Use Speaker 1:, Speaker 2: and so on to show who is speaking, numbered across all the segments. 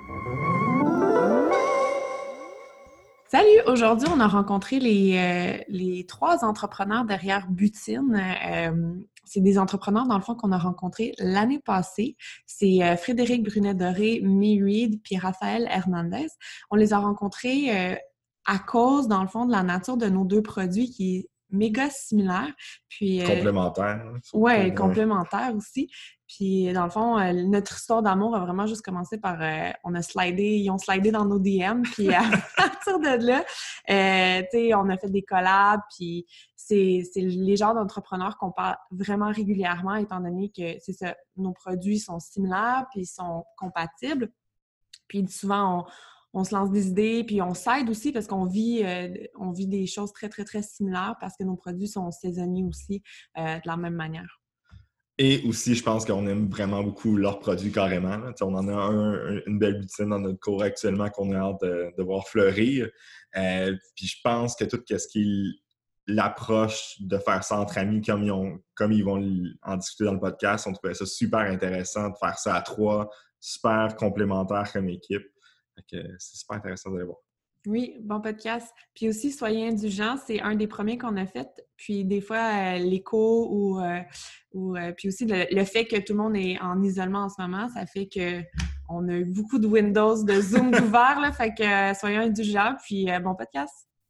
Speaker 1: Salut! Aujourd'hui, on a rencontré les trois entrepreneurs derrière Butine. C'est des entrepreneurs, dans le fond, qu'on a rencontrés l'année passée. C'est Frédéric Brunet-Doré, May Reed, puis Raphaël Hernandez. On les a rencontrés à cause, dans le fond, de la nature de nos deux produits qui est méga similaire. Puis,
Speaker 2: complémentaire.
Speaker 1: Ouais, complémentaire aussi. Puis, dans le fond, notre histoire d'amour a vraiment juste commencé par... ils ont slidé dans nos DM, puis à partir de là, tu sais, on a fait des collabs, puis c'est les genres d'entrepreneurs qu'on parle vraiment régulièrement, étant donné que, c'est ça, nos produits sont similaires, puis ils sont compatibles. Puis souvent, on se lance des idées, puis on s'aide aussi parce qu'on vit des choses très, très, très similaires parce que nos produits sont saisonniers aussi de la même manière.
Speaker 2: Et aussi, je pense qu'on aime vraiment beaucoup leurs produits carrément. Là. On en a une belle butine dans notre cours actuellement qu'on a hâte de voir fleurir. Puis je pense que tout ce qui est l'approche de faire ça entre amis comme ils vont en discuter dans le podcast, on trouvait ça super intéressant de faire ça à trois, super complémentaires comme équipe. Fait que c'est super intéressant de les voir.
Speaker 1: Oui, bon podcast. Puis aussi, soyez indulgents, c'est un des premiers qu'on a fait. Puis des fois, l'écho puis aussi le fait que tout le monde est en isolement en ce moment, ça fait que on a eu beaucoup de Windows, de Zoom d'ouvert, là. Fait que soyez indulgents, puis bon podcast.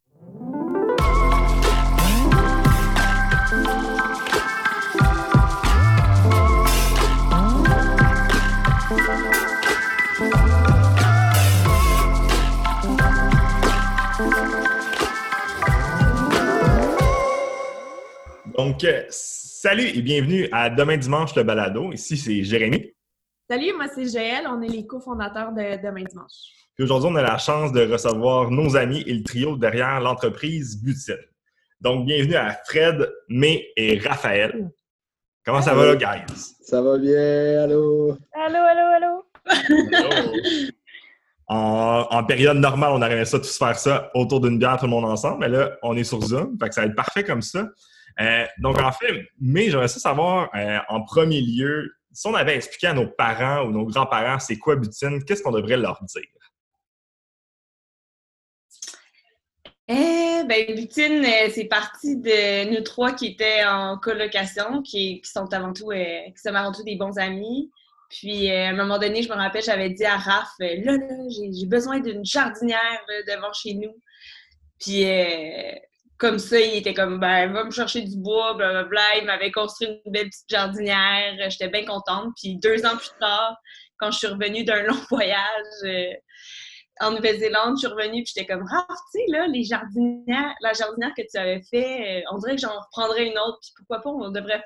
Speaker 2: Donc, salut et bienvenue à Demain Dimanche, le balado. Ici, c'est Jérémy.
Speaker 1: Salut, moi c'est Jaël. On est les cofondateurs de Demain Dimanche.
Speaker 2: Puis aujourd'hui, on a la chance de recevoir nos amis et le trio derrière l'entreprise Butine. Donc, bienvenue à Fred, May et Raphaël. Comment ça va, là, guys?
Speaker 3: Ça va bien, allô?
Speaker 4: Allô?
Speaker 2: En période normale, on aurait aimé ça tous faire ça autour d'une bière, tout le monde ensemble. Mais là, on est sur Zoom, fait que ça va être parfait comme ça. Donc, en fait, mais j'aimerais ça savoir, en premier lieu, si on avait expliqué à nos parents ou nos grands-parents c'est quoi Butine, qu'est-ce qu'on devrait leur dire?
Speaker 4: Butine, c'est parti de nous trois qui étaient en colocation, qui sommes avant tout des bons amis. Puis, à un moment donné, je me rappelle, j'avais dit à Raph, là, j'ai besoin d'une jardinière là, devant chez nous. Puis, comme ça, il était comme, va me chercher du bois, blablabla. Il m'avait construit une belle petite jardinière. J'étais bien contente. Puis 2 ans plus tard, quand je suis revenue d'un long voyage en Nouvelle-Zélande, je suis revenue puis j'étais comme, tu sais, là, la jardinière que tu avais fait, on dirait que j'en reprendrais une autre. Puis pourquoi pas, on devrait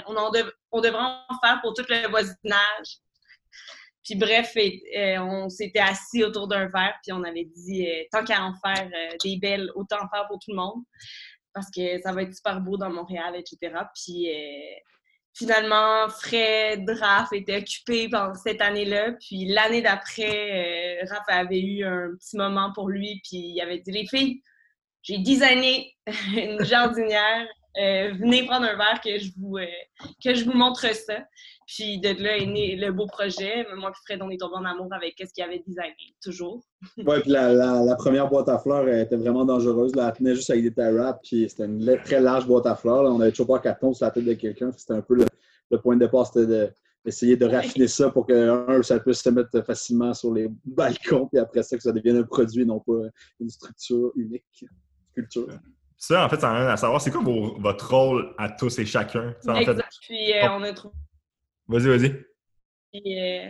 Speaker 4: en faire pour tout le voisinage. Puis bref, on s'était assis autour d'un verre, puis on avait dit, tant qu'à en faire des belles, autant en faire pour tout le monde, parce que ça va être super beau dans Montréal, etc. Puis finalement, Fred, Raph étaient occupés pendant cette année-là, puis l'année d'après, Raph avait eu un petit moment pour lui, puis il avait dit, les filles, j'ai designé une jardinière, venez prendre un verre que je vous montre ça. Puis de là est né le beau projet. Moi et Fred, on est tombés en amour avec ce qu'il avait designé, toujours.
Speaker 3: Oui, puis la première boîte à fleurs était vraiment dangereuse. Là, elle tenait juste avec des tie wraps, puis c'était une très large boîte à fleurs. Là. On avait toujours pas 4 tonnes sur la tête de quelqu'un. C'était un peu le point de départ, c'était d'essayer de raffiner ça pour que, ça puisse se mettre facilement sur les balcons, puis après ça, que ça devienne un produit, non pas une structure unique, culture.
Speaker 2: Ça, en fait, ça a rien à savoir. C'est quoi votre rôle à tous et chacun? Ça,
Speaker 4: exact.
Speaker 2: En fait...
Speaker 4: Puis on a trouvé...
Speaker 2: Vas-y.
Speaker 4: Puis,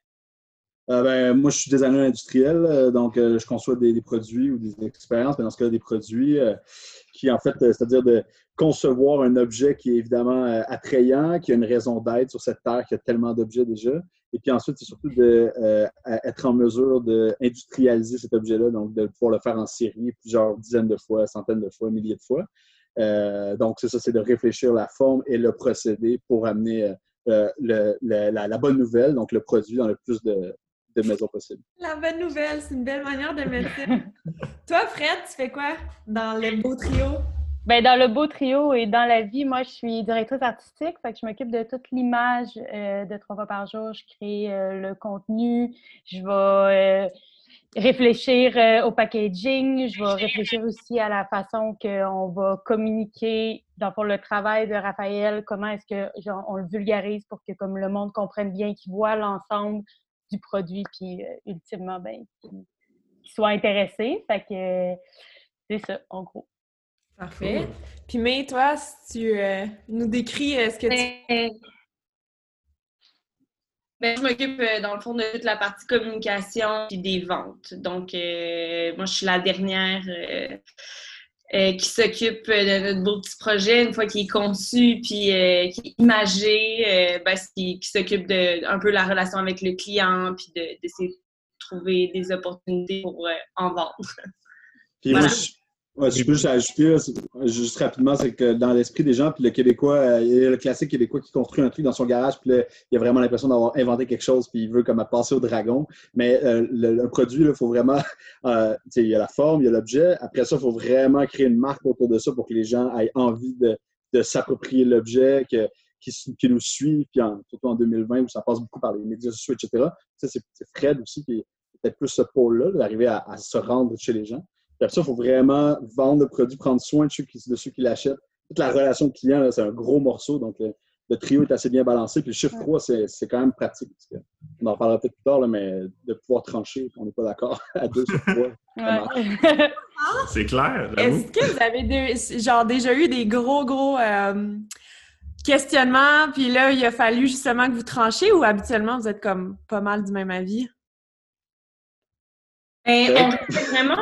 Speaker 3: moi, je suis designer industriel, donc je conçois des produits ou des expériences, mais dans ce cas-là, des produits qui, en fait, c'est-à-dire de concevoir un objet qui est évidemment attrayant, qui a une raison d'être sur cette terre, qui a tellement d'objets déjà, et puis ensuite, c'est surtout d'être en mesure d'industrialiser cet objet-là, donc de pouvoir le faire en série plusieurs dizaines de fois, centaines de fois, milliers de fois. Donc, c'est ça, c'est de réfléchir la forme et le procédé pour amener la bonne nouvelle, donc le produit dans le plus de maisons possible.
Speaker 1: La bonne nouvelle, c'est une belle manière de mettre ça. Toi, Fred, tu fais quoi dans le beau trio?
Speaker 5: Ben, dans le beau trio et dans la vie, moi, je suis directrice artistique, fait que je m'occupe de toute l'image de 3 fois par jour. Je crée le contenu, je vais réfléchir au packaging, je vais réfléchir aussi à la façon qu'on va communiquer, dans le fond, le travail de Raphaël, comment est-ce que genre, on le vulgarise pour que comme le monde comprenne bien, qu'il voit l'ensemble du produit, puis ultimement, ben, qu'il soit intéressé. Fait que c'est ça, en gros.
Speaker 1: Parfait. Puis May, toi, si tu nous décris ce que tu...
Speaker 4: Ben, je m'occupe, dans le fond, de toute la partie communication et des ventes. Donc, moi, je suis la dernière qui s'occupe de notre beau petit projet une fois qu'il est conçu puis qui est imagé, qui s'occupe de un peu la relation avec le client puis d'essayer de trouver des opportunités pour en vendre.
Speaker 3: Puis
Speaker 4: voilà.
Speaker 3: Moi, si je peux juste ajouter, juste rapidement, c'est que dans l'esprit des gens, puis le Québécois, il y a le classique Québécois qui construit un truc dans son garage, puis là, il a vraiment l'impression d'avoir inventé quelque chose, puis il veut comme passer au dragon. Mais le produit, il faut vraiment, il y a la forme, il y a l'objet. Après ça, il faut vraiment créer une marque autour de ça pour que les gens aient envie de s'approprier l'objet, qui nous suivent, puis surtout en 2020 où ça passe beaucoup par les médias sociaux, etc. Ça, c'est Fred aussi qui est peut-être plus ce pôle-là, d'arriver à se rendre chez les gens. Puis après ça, il faut vraiment vendre le produit, prendre soin de ceux qui l'achètent. Toute la relation client, là, c'est un gros morceau. Donc, le trio est assez bien balancé. Puis le chiffre 3, c'est quand même pratique. On en parlera peut-être plus tard, là, mais de pouvoir trancher, on n'est pas d'accord à 2 sur 3.
Speaker 5: Ouais.
Speaker 2: C'est clair.
Speaker 1: Est-ce que vous avez déjà eu des gros questionnements, puis là, il a fallu justement que vous tranchiez, ou habituellement, vous êtes comme pas mal du même avis?
Speaker 4: On respecte vraiment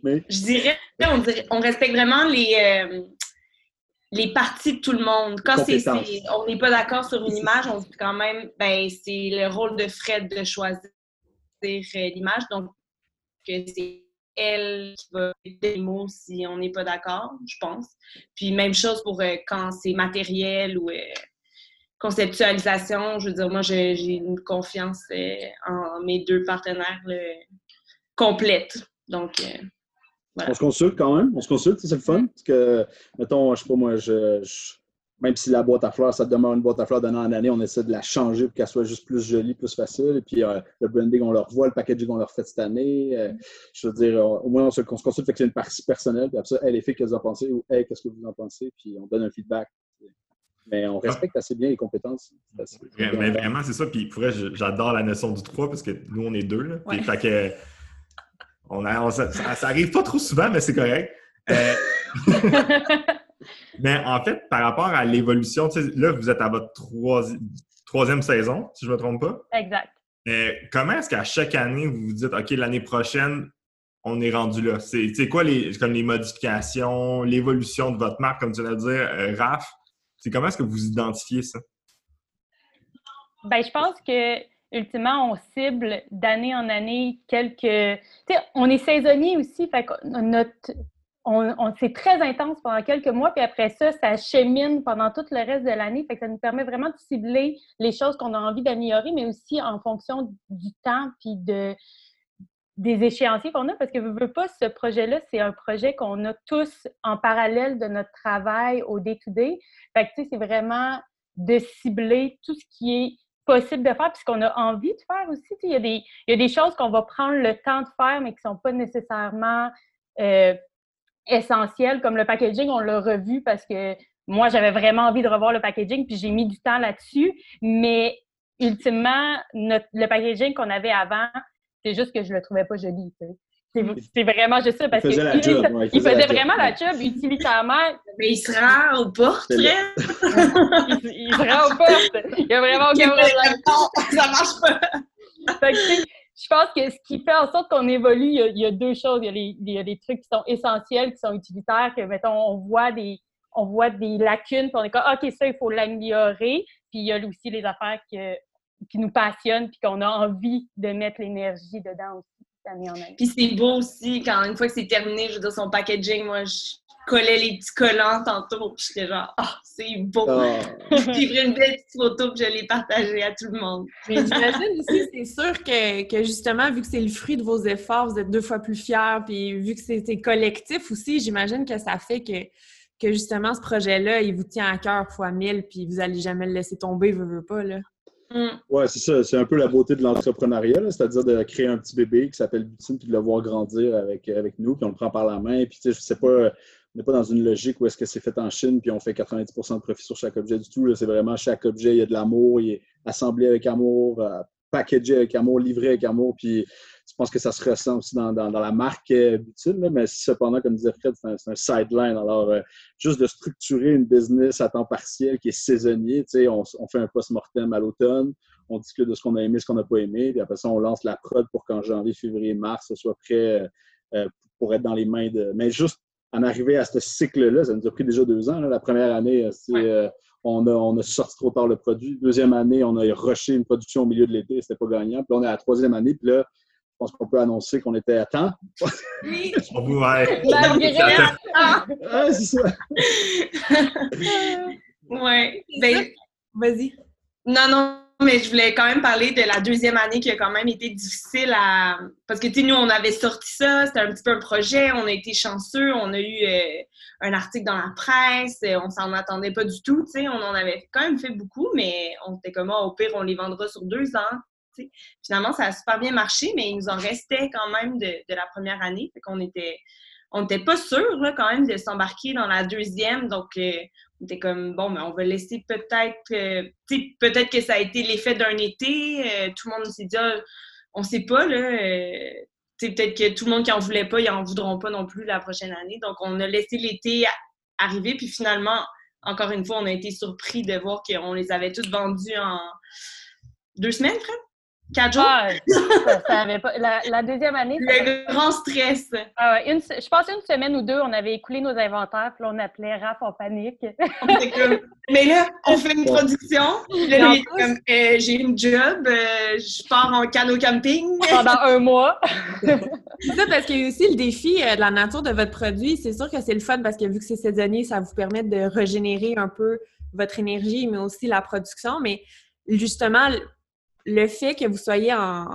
Speaker 4: on respecte vraiment les parties de tout le monde. Quand on n'est pas d'accord sur une image, on dit quand même, c'est le rôle de Fred de choisir l'image. Donc, c'est elle qui va dire les mots si on n'est pas d'accord, je pense. Puis, même chose pour quand c'est matériel ou conceptualisation. Je veux dire, moi, j'ai une confiance en mes 2 partenaires complète. Donc, voilà.
Speaker 3: On se consulte quand même. On se consulte, c'est le fun. Parce que, mettons, je sais pas moi, même si la boîte à fleurs, ça demeure une boîte à fleurs d'année en année, on essaie de la changer pour qu'elle soit juste plus jolie, plus facile. Et puis, le branding, on le revoit, le packaging, on le refait cette année. Je veux dire, au moins, on se consulte, fait que c'est une partie personnelle. Puis après ça, les filles, qu'est-ce que vous en pensez? Ou, qu'est-ce que vous en pensez? Puis, on donne un feedback. Mais on respecte assez bien les compétences.
Speaker 2: Mais vraiment, c'est ça. Puis, pour vrai, j'adore la notion du 3 parce que nous, on est 2. Là.
Speaker 1: Ouais.
Speaker 2: Fait que, ça arrive pas trop souvent, mais c'est correct. Mais en fait, par rapport à l'évolution, là, vous êtes à votre troisième saison, si je ne me trompe pas.
Speaker 5: Exact.
Speaker 2: Comment est-ce qu'à chaque année, vous vous dites, OK, l'année prochaine, on est rendu là? C'est quoi comme les modifications, l'évolution de votre marque, comme tu viens de dire, Raph? Comment est-ce que vous identifiez ça?
Speaker 5: Ben, je pense que ultimement, on cible d'année en année quelques... Tu sais, on est saisonnier aussi, fait que c'est très intense pendant quelques mois, puis après ça, ça chemine pendant tout le reste de l'année, fait que ça nous permet vraiment de cibler les choses qu'on a envie d'améliorer, mais aussi en fonction du temps puis des échéanciers qu'on a, parce que veux pas, ce projet-là, c'est un projet qu'on a tous en parallèle de notre travail au day-to-day. Fait que, tu sais, c'est vraiment de cibler tout ce qui est possible de faire, puis ce qu'on a envie de faire aussi. Tu sais, il y a des choses qu'on va prendre le temps de faire, mais qui sont pas nécessairement essentielles, comme le packaging, on l'a revu parce que moi, j'avais vraiment envie de revoir le packaging, puis j'ai mis du temps là-dessus, mais ultimement, le packaging qu'on avait avant, c'est juste que je le trouvais pas joli, tu sais. C'est vraiment juste ça, parce qu'il faisait vraiment la job utilitairement.
Speaker 4: Mais il se rend aux portes, Fred!
Speaker 5: il se rend aux portes! Il y a vraiment aucun problème.
Speaker 4: Ça marche pas!
Speaker 5: Fait que, tu sais, je pense que ce qui fait en sorte qu'on évolue, il y a 2 choses. Il y a des trucs qui sont essentiels, qui sont utilitaires, que, mettons, on voit des lacunes, puis on est comme, OK, ça, il faut l'améliorer. Puis il y a aussi les affaires qui nous passionnent, puis qu'on a envie de mettre l'énergie dedans aussi, année en année.
Speaker 4: Puis c'est beau aussi, quand une fois que c'est terminé, je veux dire, son packaging, moi, je collais les petits collants tantôt, puis j'étais genre, c'est beau! J'ai pris une belle petite photo, puis je l'ai partagée à tout le monde.
Speaker 1: Mais j'imagine aussi, c'est sûr que justement, vu que c'est le fruit de vos efforts, vous êtes 2 fois plus fiers, puis vu que c'est collectif aussi, j'imagine que ça fait que que justement, ce projet-là, il vous tient à cœur fois 1000, puis vous allez jamais le laisser tomber, veux pas, là.
Speaker 3: Ouais, c'est ça. C'est un peu la beauté de l'entrepreneuriat, là, c'est-à-dire de créer un petit bébé qui s'appelle Butine, puis de le voir grandir avec nous, puis on le prend par la main. Puis, tu sais, je sais pas, on n'est pas dans une logique où est-ce que c'est fait en Chine, puis on fait 90% de profit sur chaque objet du tout. Là. C'est vraiment chaque objet, il y a de l'amour, il est assemblé avec amour, packagé avec amour, livré avec amour. Puis, je pense que ça se ressent aussi dans la marque Butine, là, mais cependant, comme disait Fred, c'est un sideline. Alors, juste de structurer une business à temps partiel qui est saisonnier, tu sais, on fait un post-mortem à l'automne, on discute de ce qu'on a aimé, ce qu'on n'a pas aimé, puis après ça, on lance la prod pour qu'en janvier, février, mars, ce soit prêt pour être dans les mains de... Mais juste en arriver à ce cycle-là, ça nous a pris déjà 2 ans. Là. La première année, on a sorti trop tard le produit. Deuxième année, on a rushé une production au milieu de l'été, c'était pas gagnant. Puis là, on est à la troisième année, puis là, je pense qu'on peut annoncer qu'on était à temps.
Speaker 4: Oui!
Speaker 3: Ouais, c'est ça.
Speaker 4: Ouais. Ben,
Speaker 1: vas-y.
Speaker 4: Non, mais je voulais quand même parler de la deuxième année qui a quand même été difficile à... Parce que, tu sais, nous, on avait sorti ça, c'était un petit peu un projet, on a été chanceux, on a eu un article dans la presse, on s'en attendait pas du tout, tu sais, on en avait quand même fait beaucoup, mais on était comme, au pire, on les vendra sur 2 ans. T'sais. Finalement, ça a super bien marché, mais il nous en restait quand même de la première année. Fait qu'on était pas sûrs là, quand même de s'embarquer dans la deuxième. Donc, on était comme, bon, mais on va laisser peut-être que ça a été l'effet d'un été. Tout le monde s'est dit, on sait pas, là. Peut-être que tout le monde qui en voulait pas, ils en voudront pas non plus la prochaine année. Donc, on a laissé l'été arriver. Puis finalement, encore une fois, on a été surpris de voir qu'on les avait toutes vendues en 2 semaines, Fred? 4 jours?
Speaker 5: Ça avait pas... la deuxième année...
Speaker 4: Le grand stress.
Speaker 5: Je pense 1 semaine ou 2, on avait écoulé nos inventaires, puis là, on appelait Raph en panique.
Speaker 4: On était comme, mais là, on fait une production. Là, il était comme, j'ai une job, je pars en canot camping.
Speaker 5: Pendant 1 mois.
Speaker 1: C'est ça, parce qu'il y a aussi le défi de la nature de votre produit. C'est sûr que c'est le fun parce que vu que c'est saisonnier, ça vous permet de régénérer un peu votre énergie, mais aussi la production. Mais justement, le fait que vous soyez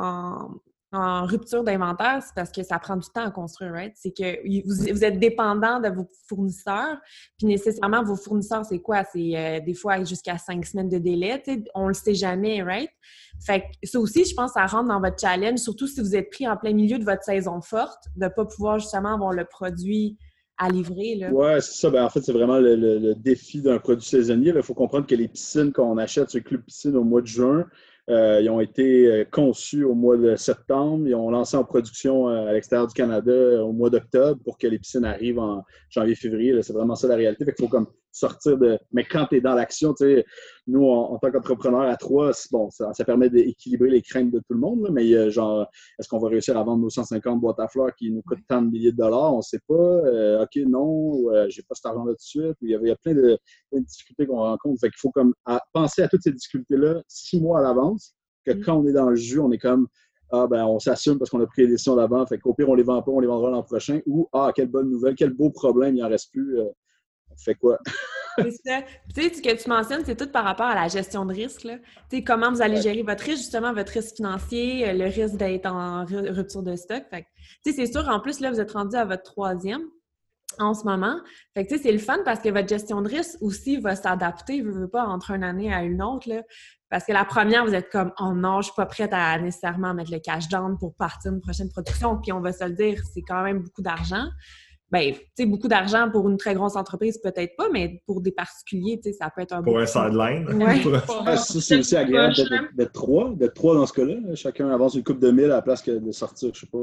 Speaker 1: en rupture d'inventaire, c'est parce que ça prend du temps à construire, right? C'est que vous êtes dépendant de vos fournisseurs, puis nécessairement, vos fournisseurs, c'est quoi? C'est des fois jusqu'à 5 semaines de délai, tu sais, on le sait jamais, right? Fait que ça aussi, je pense, ça rentre dans votre challenge, surtout si vous êtes pris en plein milieu de votre saison forte, de ne pas pouvoir justement avoir le produit à livrer, là.
Speaker 3: Ouais, c'est ça. Ben, en fait, c'est vraiment le défi d'un produit saisonnier. Il faut comprendre que les piscines qu'on achète sur le Club Piscine au mois de juin, ils ont été conçus au mois de septembre. Ils ont lancé en production à l'extérieur du Canada au mois d'octobre pour que les piscines arrivent en janvier-février. C'est vraiment ça la réalité. Fait qu'il faut comme sortir de... Mais quand tu es dans l'action, tu sais, nous, en tant qu'entrepreneurs à 3, bon, ça permet d'équilibrer les craintes de tout le monde. Là, mais genre, est-ce qu'on va réussir à vendre nos 150 boîtes à fleurs qui nous coûtent tant de milliers de dollars? On ne sait pas. OK, non, j'ai pas cet argent-là tout de suite. Il y a plein de difficultés qu'on rencontre. Fait qu'il faut comme penser à toutes ces difficultés-là 6 mois à l'avance. Que quand on est dans le jus, on est comme on s'assume parce qu'on a pris les décisions d'avant. Fait qu'au pire, on les vend pas, on les vendra l'an prochain. Ou quelle bonne nouvelle, quel beau problème, il n'en reste plus. On fait quoi?
Speaker 1: C'est ça. Tu sais, ce que tu mentionnes, c'est tout par rapport à la gestion de risque, là. Tu sais, comment vous allez gérer votre risque, justement, votre risque financier, le risque d'être en rupture de stock. Fait que, tu sais, c'est sûr, en plus, là, vous êtes rendu à votre 3e en ce moment. Fait que, tu sais, c'est le fun parce que votre gestion de risque aussi va s'adapter, veut pas, entre une année à une autre, là. Parce que la première, vous êtes comme « Oh non, je suis pas prête à nécessairement mettre le cash down pour partir une prochaine production. » Puis on va se le dire, c'est quand même beaucoup d'argent. Ben, tu sais, beaucoup d'argent pour une très grosse entreprise, peut-être pas, mais pour des particuliers, tu sais, ça peut être un
Speaker 2: pour un sideline.
Speaker 1: Ouais.
Speaker 3: C'est aussi agréable d'être 3 dans ce cas-là. Chacun avance une coupe de 1000 à la place que de sortir, je sais pas,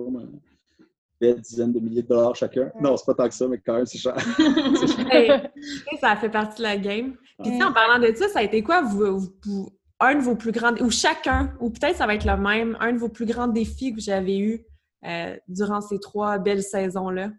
Speaker 3: des dizaines de milliers de dollars chacun. Non, c'est pas tant que ça, mais quand même, c'est cher.
Speaker 1: Ça fait partie de la game. Puis, tu sais, en parlant de ça, ça a été quoi, un de vos plus grands, ou chacun, ou peut-être ça va être le même, un de vos plus grands défis que vous avez eu durant ces 3 belles saisons-là?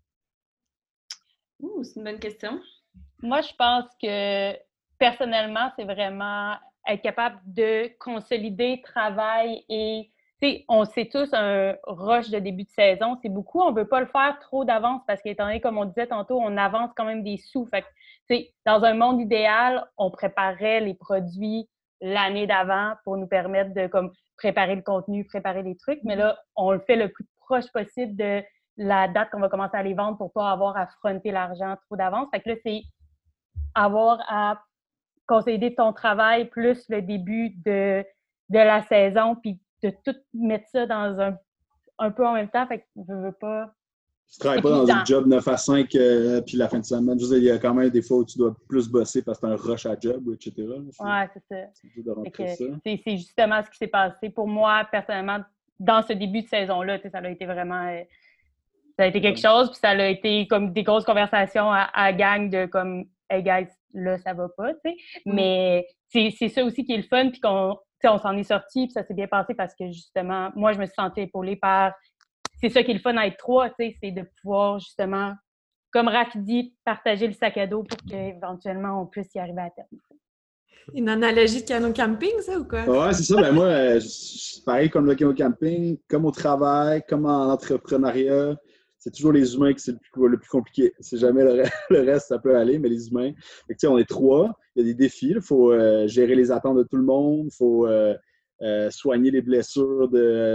Speaker 4: C'est une bonne question.
Speaker 5: Moi, je pense que personnellement, c'est vraiment être capable de consolider travail et, tu sais, on sait tous un rush de début de saison, c'est beaucoup. On ne veut pas le faire trop d'avance parce qu'étant donné, comme on disait tantôt, on avance quand même des sous. Fait que, tu sais, dans un monde idéal, on préparerait les produits l'année d'avant pour nous permettre de comme préparer le contenu, préparer les trucs. Mais là, on le fait le plus proche possible de la date qu'on va commencer à les vendre pour pas avoir à fronter l'argent trop d'avance. Fait que là, c'est avoir à consolider ton travail plus le début de la saison, puis de tout mettre ça dans un peu en même temps. Fait que je veux pas...
Speaker 3: Tu travailles pas dans un job 9 à 5 puis la fin de semaine. Je veux dire, il y a quand même des fois où tu dois plus bosser parce que c'est un rush à job, etc.
Speaker 5: Ouais, c'est ça.
Speaker 3: Ça.
Speaker 5: C'est justement ce qui s'est passé pour moi, personnellement, dans ce début de saison-là. Ça a été vraiment... ça a été quelque chose, puis ça a été comme des grosses conversations à gang de comme « Hey guys, là, ça va pas », tu sais. Mais c'est ça aussi qui est le fun, puis on s'en est sortis, puis ça s'est bien passé parce que justement, moi, je me suis sentie épaulée par... C'est ça qui est le fun à être 3, tu sais, c'est de pouvoir justement, comme Raph dit, partager le sac à dos pour qu'éventuellement on puisse y arriver à terme.
Speaker 1: Une analogie de canot camping, ça, ou quoi?
Speaker 3: Ouais, c'est ça. Ben moi, pareil comme le canot camping, comme au travail, comme en entrepreneuriat, c'est toujours les humains qui c'est le plus compliqué. C'est jamais le reste, ça peut aller, mais les humains. Fait que, on est 3, il y a des défis. Il faut gérer les attentes de tout le monde, il faut soigner les blessures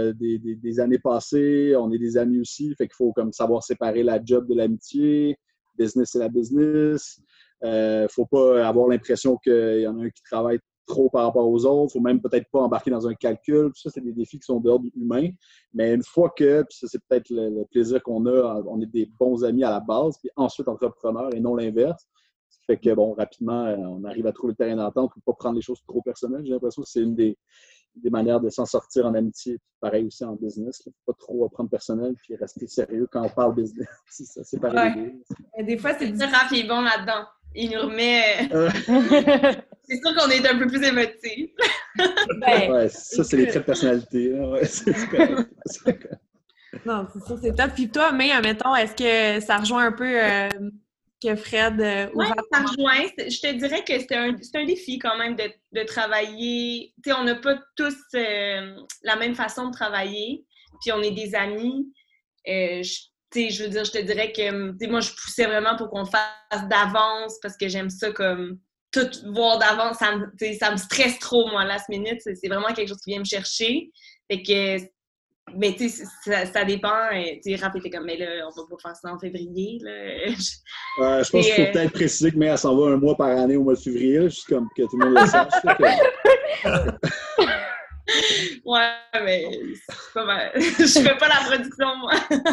Speaker 3: des années passées. On est des amis aussi, fait qu'il faut comme savoir séparer la job de l'amitié. Business, c'est la business. Faut pas avoir l'impression qu'il y en a un qui travaille trop par rapport aux autres. Faut même peut-être pas embarquer dans un calcul. Tout ça, c'est des défis qui sont d'ordre humain. Mais une fois que, puis ça, c'est peut-être le plaisir qu'on a, on est des bons amis à la base, puis ensuite entrepreneurs et non l'inverse. Ça fait que, bon, rapidement, on arrive à trouver le terrain d'entente pour pas prendre les choses trop personnelles. J'ai l'impression que c'est une des manières de s'en sortir en amitié. Pareil aussi en business. Il ne faut pas trop prendre personnel puis rester sérieux quand on parle business. C'est pareil.
Speaker 1: Ouais. Des fois, c'est
Speaker 4: Raph est bon là-dedans. Il nous remet... c'est sûr qu'on est un peu plus émotifs.
Speaker 3: Ouais, ça, c'est les traits de personnalité. Ouais, c'est correct.
Speaker 1: Non, c'est ça, c'est top. Puis toi, mais, admettons, est-ce que ça rejoint un peu que Fred...
Speaker 4: Oui, ça rejoint. Je te dirais que c'est un défi quand même de travailler. Tu sais, on n'a pas tous la même façon de travailler. Puis on est des amis. Je veux dire, je te dirais que moi, je poussais vraiment pour qu'on fasse d'avance parce que j'aime ça comme tout voir d'avance. Ça me stresse trop, moi, last minute. C'est vraiment quelque chose qui vient me chercher. Fait que, mais tu sais, ça dépend. Tu sais, Raph était comme, mais là, on va pas faire ça en février. Là.
Speaker 3: Je pense qu'il faut peut-être préciser que elle s'en va un mois par année au mois de février, là, juste comme que tout le monde le sache.
Speaker 4: Ouais, mais c'est pas mal. Je fais pas la production, moi.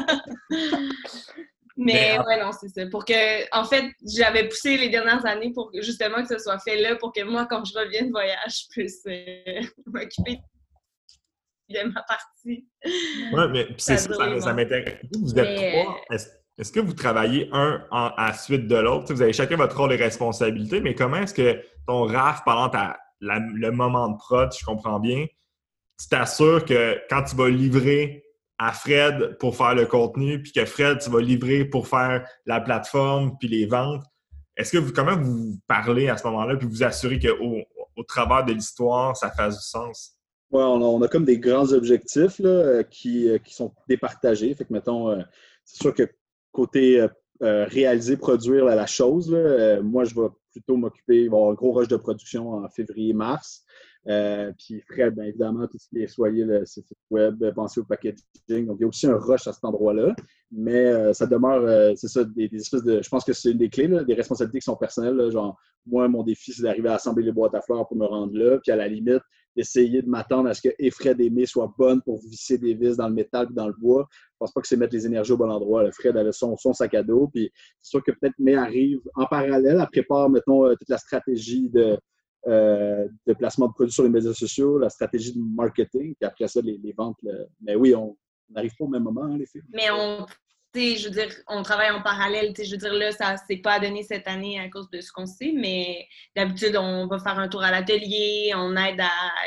Speaker 4: Mais ouais, non, c'est ça. Pour que, en fait, j'avais poussé les dernières années pour justement que ce soit fait là, pour que moi, quand je reviens de voyage, je puisse m'occuper de ma partie.
Speaker 2: Oui, mais c'est ça m'intéresse. Vous êtes 3. Est-ce que vous travaillez à la suite de l'autre? Vous avez chacun votre rôle et responsabilité, mais comment est-ce que ton Raph, pendant le moment de prod, je comprends bien, tu t'assures que quand tu vas livrer à Fred pour faire le contenu, puis que Fred, tu vas livrer pour faire la plateforme puis les ventes, comment vous parlez à ce moment-là, puis vous assurez qu'au travers de l'histoire, ça fasse du sens?
Speaker 3: Oui, on a comme des grands objectifs là, qui sont départagés. Fait que, mettons, c'est sûr que côté réaliser, produire la chose, là, moi, je vais plutôt m'occuper, il va y avoir un gros rush de production en février-mars. Puis Fred, bien évidemment, tout ce qui est soigner le site web, penser au packaging. Donc, il y a aussi un rush à cet endroit-là. Mais ça demeure, c'est ça, des espèces de... Je pense que c'est une des clés, là, des responsabilités qui sont personnelles. Là, genre, moi, mon défi, c'est d'arriver à assembler les boîtes à fleurs pour me rendre là. Puis à la limite, d'essayer de m'attendre à ce que Fred et May soient bonnes pour visser des vis dans le métal et dans le bois. Je pense pas que c'est mettre les énergies au bon endroit. Là. Fred avait son sac à dos. Puis c'est sûr que peut-être May arrive en parallèle. Elle prépare, mettons, toute la stratégie de placement de produits sur les médias sociaux, la stratégie de marketing, puis après ça, les ventes. Mais oui, on n'arrive pas au même moment, hein, les filles.
Speaker 4: Mais je veux dire, on travaille en parallèle. Je veux dire, là, ça s'est pas donné cette année à cause de ce qu'on sait, mais d'habitude, on va faire un tour à l'atelier, on aide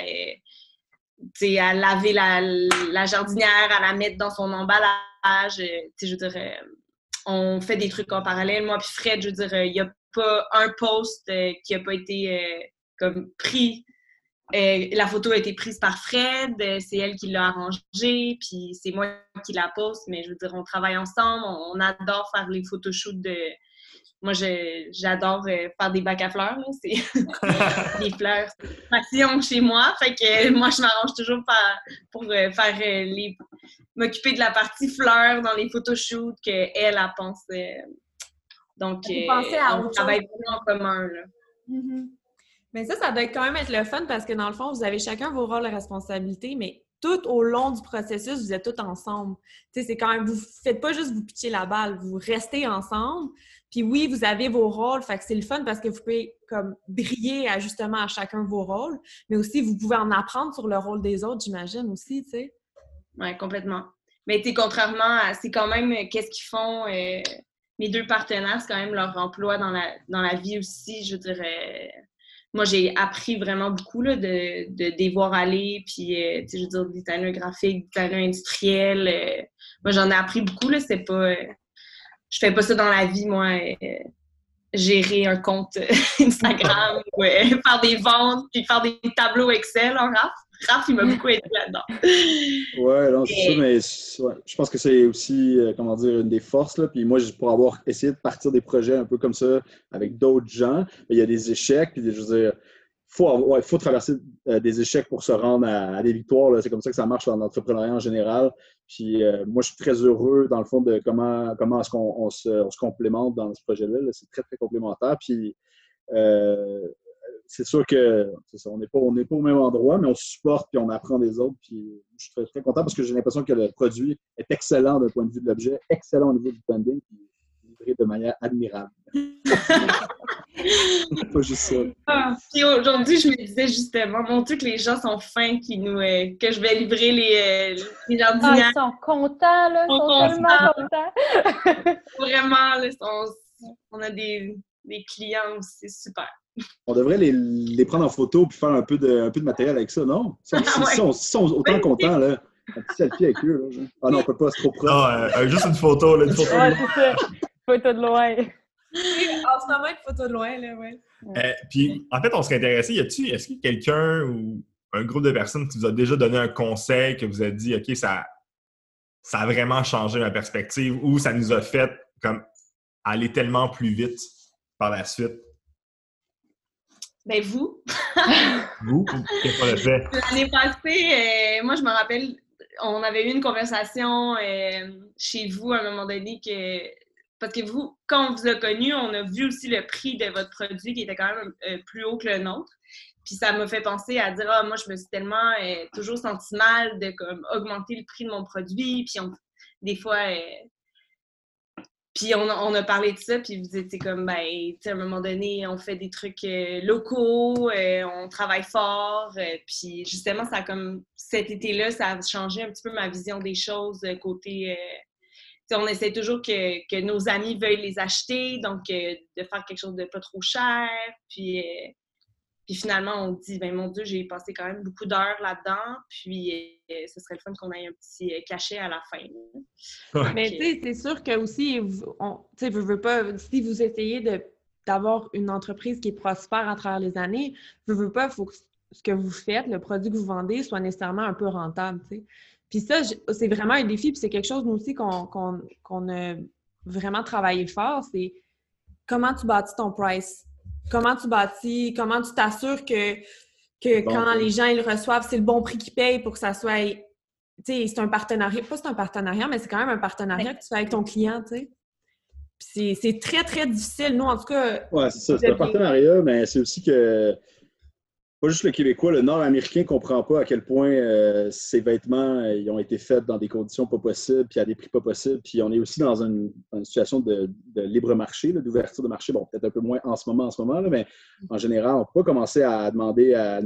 Speaker 4: à laver la jardinière, à la mettre dans son emballage. Je veux dire, on fait des trucs en parallèle. Moi puis Fred, je veux dire, il n'y a pas un post qui n'a pas été comme pris. La photo a été prise par Fred, c'est elle qui l'a arrangée, puis c'est moi qui la poste, mais je veux dire, on travaille ensemble, on adore faire les photoshoots de... Moi, j'adore faire des bacs à fleurs, là. C'est des fleurs, c'est une passion chez moi, fait que moi, je m'arrange toujours pour faire m'occuper de la partie fleurs dans les photoshoots qu'elle, elle pense. Donc, on travaille vraiment en commun, là.
Speaker 1: Mm-hmm. Mais ça doit quand même être le fun parce que dans le fond, vous avez chacun vos rôles et responsabilités, mais tout au long du processus, vous êtes tous ensemble. Tu sais, c'est quand même, vous faites pas juste vous pitcher la balle, vous restez ensemble. Puis oui, vous avez vos rôles, fait que c'est le fun parce que vous pouvez comme briller justement à chacun vos rôles, mais aussi vous pouvez en apprendre sur le rôle des autres, j'imagine aussi, tu sais.
Speaker 4: Oui, complètement. Mais tu sais, contrairement à, c'est quand même, qu'est-ce qu'ils font, mes deux partenaires, c'est quand même leur emploi dans la vie aussi, je dirais. Moi, j'ai appris vraiment beaucoup là, de les voir aller, puis, tu sais, je veux dire, designer graphique, designer industriel. Moi, j'en ai appris beaucoup, là, c'est pas... je fais pas ça dans la vie, moi, gérer un compte Instagram, ou faire des ventes, puis faire des tableaux Excel, hein, Raph? Raph, il m'a beaucoup aidé là-dedans.
Speaker 3: Ouais, non, c'est ça, mais ouais, je pense que c'est aussi, comment dire, une des forces, là. Puis moi, pour avoir essayé de partir des projets un peu comme ça avec d'autres gens, il y a des échecs, puis je veux dire, faut traverser des échecs pour se rendre à des victoires, là. C'est comme ça que ça marche dans l'entrepreneuriat en général. Puis moi, je suis très heureux, dans le fond, de comment est-ce qu'on se complémente dans ce projet-là, là. C'est très, très complémentaire. Puis c'est sûr que c'est ça, on n'est pas au même endroit, mais on se supporte puis on apprend des autres. Puis je suis très, très content parce que j'ai l'impression que le produit est excellent d'un point de vue de l'objet, excellent au niveau du branding, puis livré de manière admirable. Pas juste ça.
Speaker 4: Puis aujourd'hui, je me disais justement, mon Dieu, que les gens sont fins que je vais livrer les jardinières.
Speaker 5: Ils sont contents, là. Ils sont tellement contents.
Speaker 4: Vraiment, là, on a des clients aussi, c'est super.
Speaker 3: On devrait les prendre en photo puis faire un peu de matériel avec ça, non? Ils sont autant contents, là. Un petit selfie avec eux, là. Ah non, on peut pas, c'est trop proche.
Speaker 2: Non, juste une photo, là. Une photo
Speaker 5: ouais, c'est ça. Photo de loin.
Speaker 1: En ce moment, une photo de loin, là, ouais.
Speaker 2: Puis, en fait, on serait intéressé, est-ce qu'il y a quelqu'un ou un groupe de personnes qui vous a déjà donné un conseil, que vous a dit, OK, ça a vraiment changé ma perspective, ou ça nous a fait comme aller tellement plus vite par la suite?
Speaker 4: Ben, vous.
Speaker 2: Vous? Qu'est-ce qu'on a fait?
Speaker 4: L'année passée, moi, je me rappelle, on avait eu une conversation chez vous à un moment donné parce que vous, quand on vous a connu, on a vu aussi le prix de votre produit qui était quand même plus haut que le nôtre. Puis ça m'a fait penser à dire, moi, je me suis tellement toujours senti mal de comme, augmenter le prix de mon produit. Puis des fois... Puis on a parlé de ça, puis vous étiez comme, ben, tu sais, à un moment donné, on fait des trucs locaux, on travaille fort, puis justement, ça a comme, cet été-là, ça a changé un petit peu ma vision des choses, côté, tu sais, on essaie toujours que nos amis veuillent les acheter, donc de faire quelque chose de pas trop cher, puis finalement, on dit, ben mon Dieu, j'ai passé quand même beaucoup d'heures là-dedans, puis ce serait le fun qu'on ait un petit cachet à la fin.
Speaker 1: Ouais. Mais tu sais, c'est sûr que aussi, tu sais, veux pas, si vous essayez d'avoir une entreprise qui est prospère à travers les années, veux pas, il faut que ce que vous faites, le produit que vous vendez, soit nécessairement un peu rentable, tu sais. Puis ça, c'est vraiment un défi, puis c'est quelque chose, nous aussi, qu'on a vraiment travaillé fort, c'est comment tu bâtis ton price. Comment tu t'assures que quand les gens ils le reçoivent, c'est le bon prix qu'ils payent pour que ça soit... Tu sais, c'est un partenariat. Pas c'est un partenariat, mais c'est quand même un partenariat que tu fais avec ton client, tu sais. Puis c'est très, très difficile. Nous, en tout cas...
Speaker 3: Ouais, c'est ça. C'est un partenariat, mais c'est aussi que... Pas juste le Québécois, le Nord-Américain ne comprend pas à quel point ces vêtements ils ont été faits dans des conditions pas possibles, puis à des prix pas possibles. Puis on est aussi dans une situation de libre marché, là, d'ouverture de marché. Bon, peut-être un peu moins en ce moment, là, mais en général, on ne peut pas commencer à demander à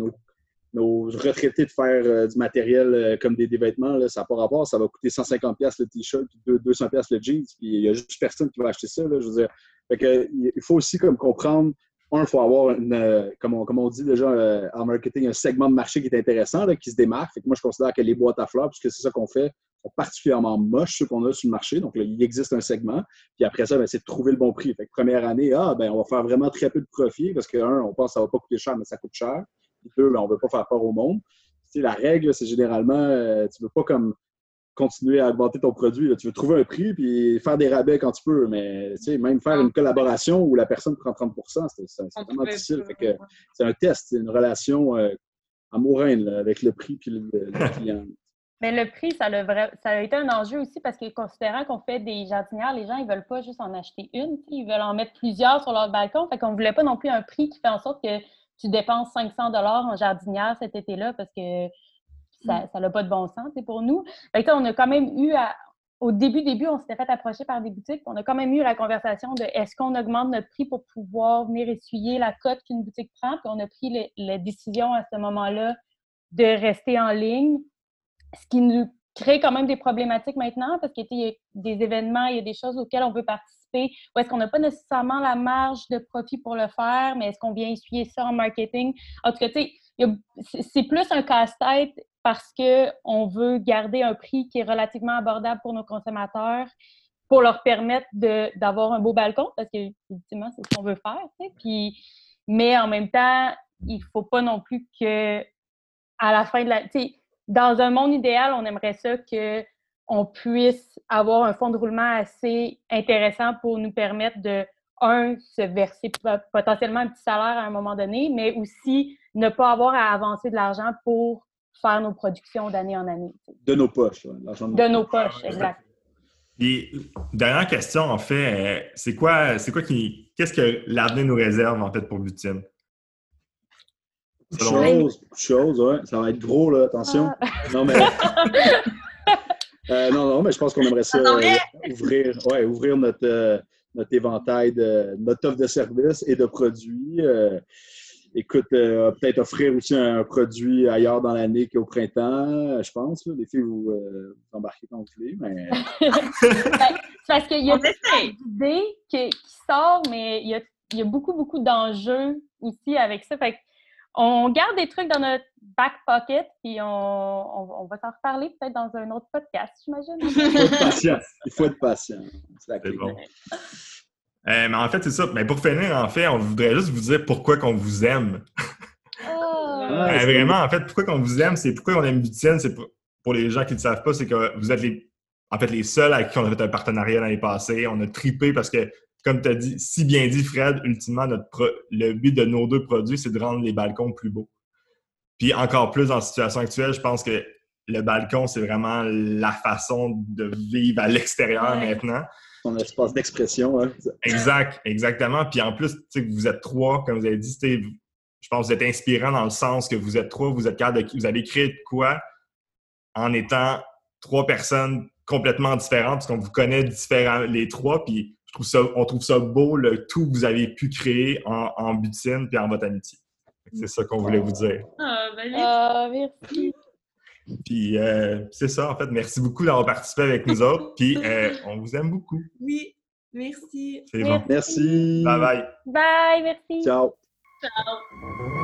Speaker 3: nos retraités de faire du matériel comme des vêtements. Là, ça n'a pas rapport. Ça va coûter 150$ le T-shirt, puis 200$ le jeans, puis il n'y a juste personne qui va acheter ça. Là, je veux dire. Fait que, il faut aussi comme comprendre. Il faut avoir, comme on dit déjà en marketing, un segment de marché qui est intéressant, là, qui se démarque. Fait que moi, je considère que les boîtes à fleurs, puisque c'est ça qu'on fait, sont particulièrement moches, ceux qu'on a sur le marché. Donc, là, il existe un segment. Puis après ça, c'est de trouver le bon prix. Fait que première année, on va faire vraiment très peu de profit parce que, on pense que ça ne va pas coûter cher, mais ça coûte cher. Puis deux, on ne veut pas faire peur au monde. Puis, la règle, c'est généralement, tu ne veux pas comme continuer à augmenter ton produit. Là. Tu veux trouver un prix puis faire des rabais quand tu peux, mais même faire une collaboration où la personne prend 30%, c'est vraiment difficile. Fait que c'est un test, c'est une relation amoureuse avec le prix puis le client.
Speaker 5: Mais le prix, ça a été un enjeu aussi parce que considérant qu'on fait des jardinières, les gens, ils veulent pas juste en acheter une, ils veulent en mettre plusieurs sur leur balcon. Fait qu'on voulait pas non plus un prix qui fait en sorte que tu dépenses 500 $ en jardinière cet été-là parce que ça n'a pas de bon sens pour nous. Fait que, on a quand même eu au début, on s'était fait approcher par des boutiques. On a quand même eu la conversation de est-ce qu'on augmente notre prix pour pouvoir venir essuyer la cote qu'une boutique prend. Puis on a pris la décision à ce moment-là de rester en ligne, ce qui nous crée quand même des problématiques maintenant parce qu'il y a des événements, il y a des choses auxquelles on veut participer ou est-ce qu'on n'a pas nécessairement la marge de profit pour le faire, mais est-ce qu'on vient essuyer ça en marketing? En tout cas, c'est plus un casse-tête parce qu'on veut garder un prix qui est relativement abordable pour nos consommateurs pour leur permettre d'avoir un beau balcon parce que, ultimement, c'est ce qu'on veut faire. Mais en même temps, il ne faut pas non plus que à la fin de la... Dans un monde idéal, on aimerait ça qu'on puisse avoir un fonds de roulement assez intéressant pour nous permettre de, se verser potentiellement un petit salaire à un moment donné, mais aussi ne pas avoir à avancer de l'argent pour faire nos productions d'année en année.
Speaker 3: De nos poches, l'argent
Speaker 5: de nos poches, exact.
Speaker 2: Et dernière question, en fait, qu'est-ce que l'avenir nous réserve, en fait, pour Butine?
Speaker 3: Chose, ouais. Ça va être gros, là, attention. Non, mais... non, mais je pense qu'on aimerait ça ouvrir notre éventail, notre offre de services et de produits. Écoute, peut-être offrir aussi un produit ailleurs dans l'année qu'au printemps, je pense. Là. Les filles, vous embarquez quand vous voulez, mais...
Speaker 5: C'est parce qu'il y a des idées qui sortent, mais il y a beaucoup, beaucoup d'enjeux aussi avec ça. Fait on garde des trucs dans notre back pocket, puis on va s'en reparler peut-être dans un autre podcast, j'imagine.
Speaker 3: Il faut être patient.
Speaker 2: C'est bon. Mais en fait, c'est ça. Mais pour finir, en fait, on voudrait juste vous dire pourquoi qu'on vous aime. Vraiment, en fait, pourquoi qu'on vous aime, c'est pourquoi on aime Butine. C'est pour les gens qui ne le savent pas, c'est que vous êtes les seuls avec qui on a fait un partenariat l'année passée. On a trippé parce que, comme tu as dit, si bien dit, Fred, ultimement, le but de nos deux produits, c'est de rendre les balcons plus beaux. Puis encore plus dans la situation actuelle, je pense que le balcon, c'est vraiment la façon de vivre à l'extérieur maintenant.
Speaker 3: Son espace d'expression. Hein.
Speaker 2: Exactement. Puis en plus, vous êtes trois, comme vous avez dit, je pense que vous êtes inspirant dans le sens que vous êtes trois, vous êtes capable vous avez créé de quoi en étant trois personnes complètement différentes, parce qu'on vous connaît les trois, puis on trouve ça beau, le tout que vous avez pu créer en Butine puis en votre amitié. C'est ça qu'on voulait vous dire.
Speaker 5: Merci.
Speaker 2: Puis c'est ça, en fait. Merci beaucoup d'avoir participé avec nous autres. Puis on vous aime beaucoup.
Speaker 1: Oui, merci.
Speaker 2: C'est bon.
Speaker 3: Merci.
Speaker 2: Bye bye.
Speaker 5: Bye, merci.
Speaker 3: Ciao.
Speaker 4: Ciao.